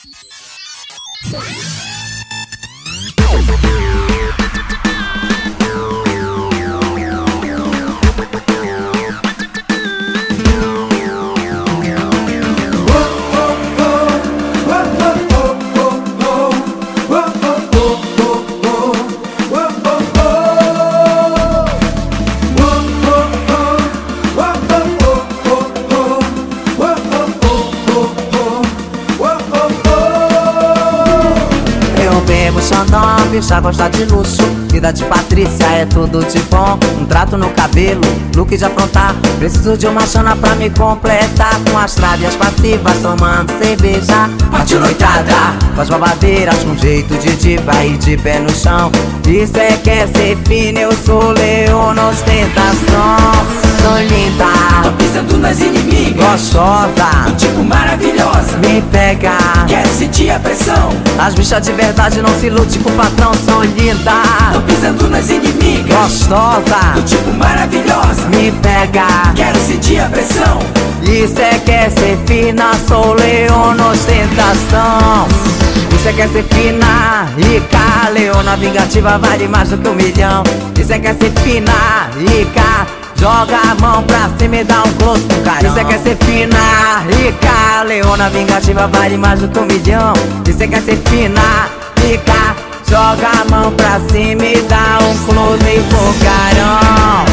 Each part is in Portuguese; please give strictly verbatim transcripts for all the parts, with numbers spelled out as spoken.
Xandão, bicha gosta de luxo. Vida de Patrícia é tudo de bom. Um trato no cabelo, look de afrontar. Preciso de uma chana pra me completar. Com as traves passivas, tomando cerveja. Partiu noitada, com as babadeiras, com jeito de diva e de pé no chão. Isso é que é ser fina, eu sou leona, ostentação. Sou linda, tô pisando nas inimigas. Gostosa, um tipo maravilhosa. Me pega, quero sentir a pressão. As bichas de verdade não se lute com o patrão. Sou linda, tô pisando nas inimigas. Gostosa, um tipo maravilhosa. Me pega, quero sentir a pressão. Isso é que é ser fina, sou leona, ostentação. Isso é que é ser fina, rica, leona vingativa vale mais do que um milhão. Isso é que é ser fina, rica, joga a mão pra cima e dá um close com carão. Isso é que é ser fina, rica, leona vingativa vale mais do que um milhão. Isso é que é ser fina, rica, joga a mão pra cima e dá um close com carão.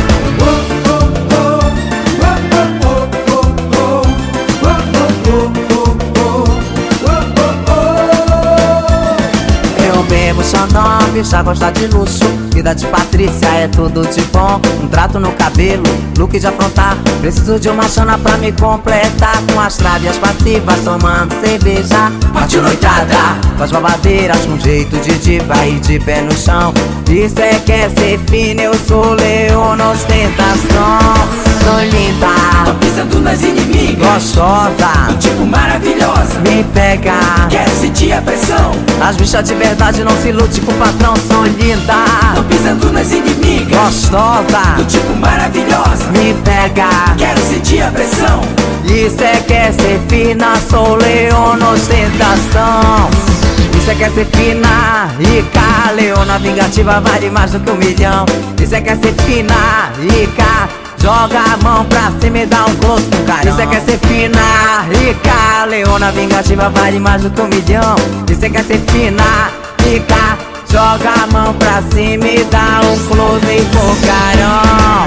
Xandão, bicha gosta de luxo. Vida de Patrícia é tudo de bom. Um trato no cabelo, look de afrontar. Preciso de uma chana pra me completar. Com as traves passivas, tomando cerveja. Partiu noitada, com as babadeiras, com jeito de diva e de pé no chão. Isso é que é ser fina, eu sou leona, ostentação. Sou linda, tô pisando nas inimigas. Gostosa, um tipo maravilhosa. Me pega, quero sentir a pressão. As bichas de verdade não se lute com o patrão. Sou linda, tô pisando nas inimigas. Gostosa, um tipo maravilhosa. Me pega, quero sentir a pressão. Isso é que é ser fina, sou leona, ostentação. Isso é que é ser fina, rica, leona vingativa vale mais do que um milhão. Isso é que é ser fina, rica, joga a mão pra cima e dá um close com carão. Isso é que é ser fina, rica, leona vingativa vale mais do que um milhão. Isso é que é ser fina, rica, joga a mão pra cima e dá um close com carão.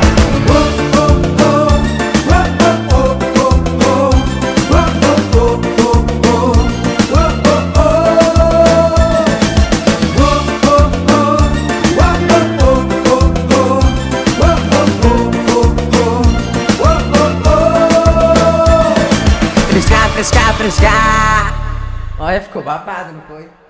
Frescar, frescar, frescar. Olha, ficou babado, não foi?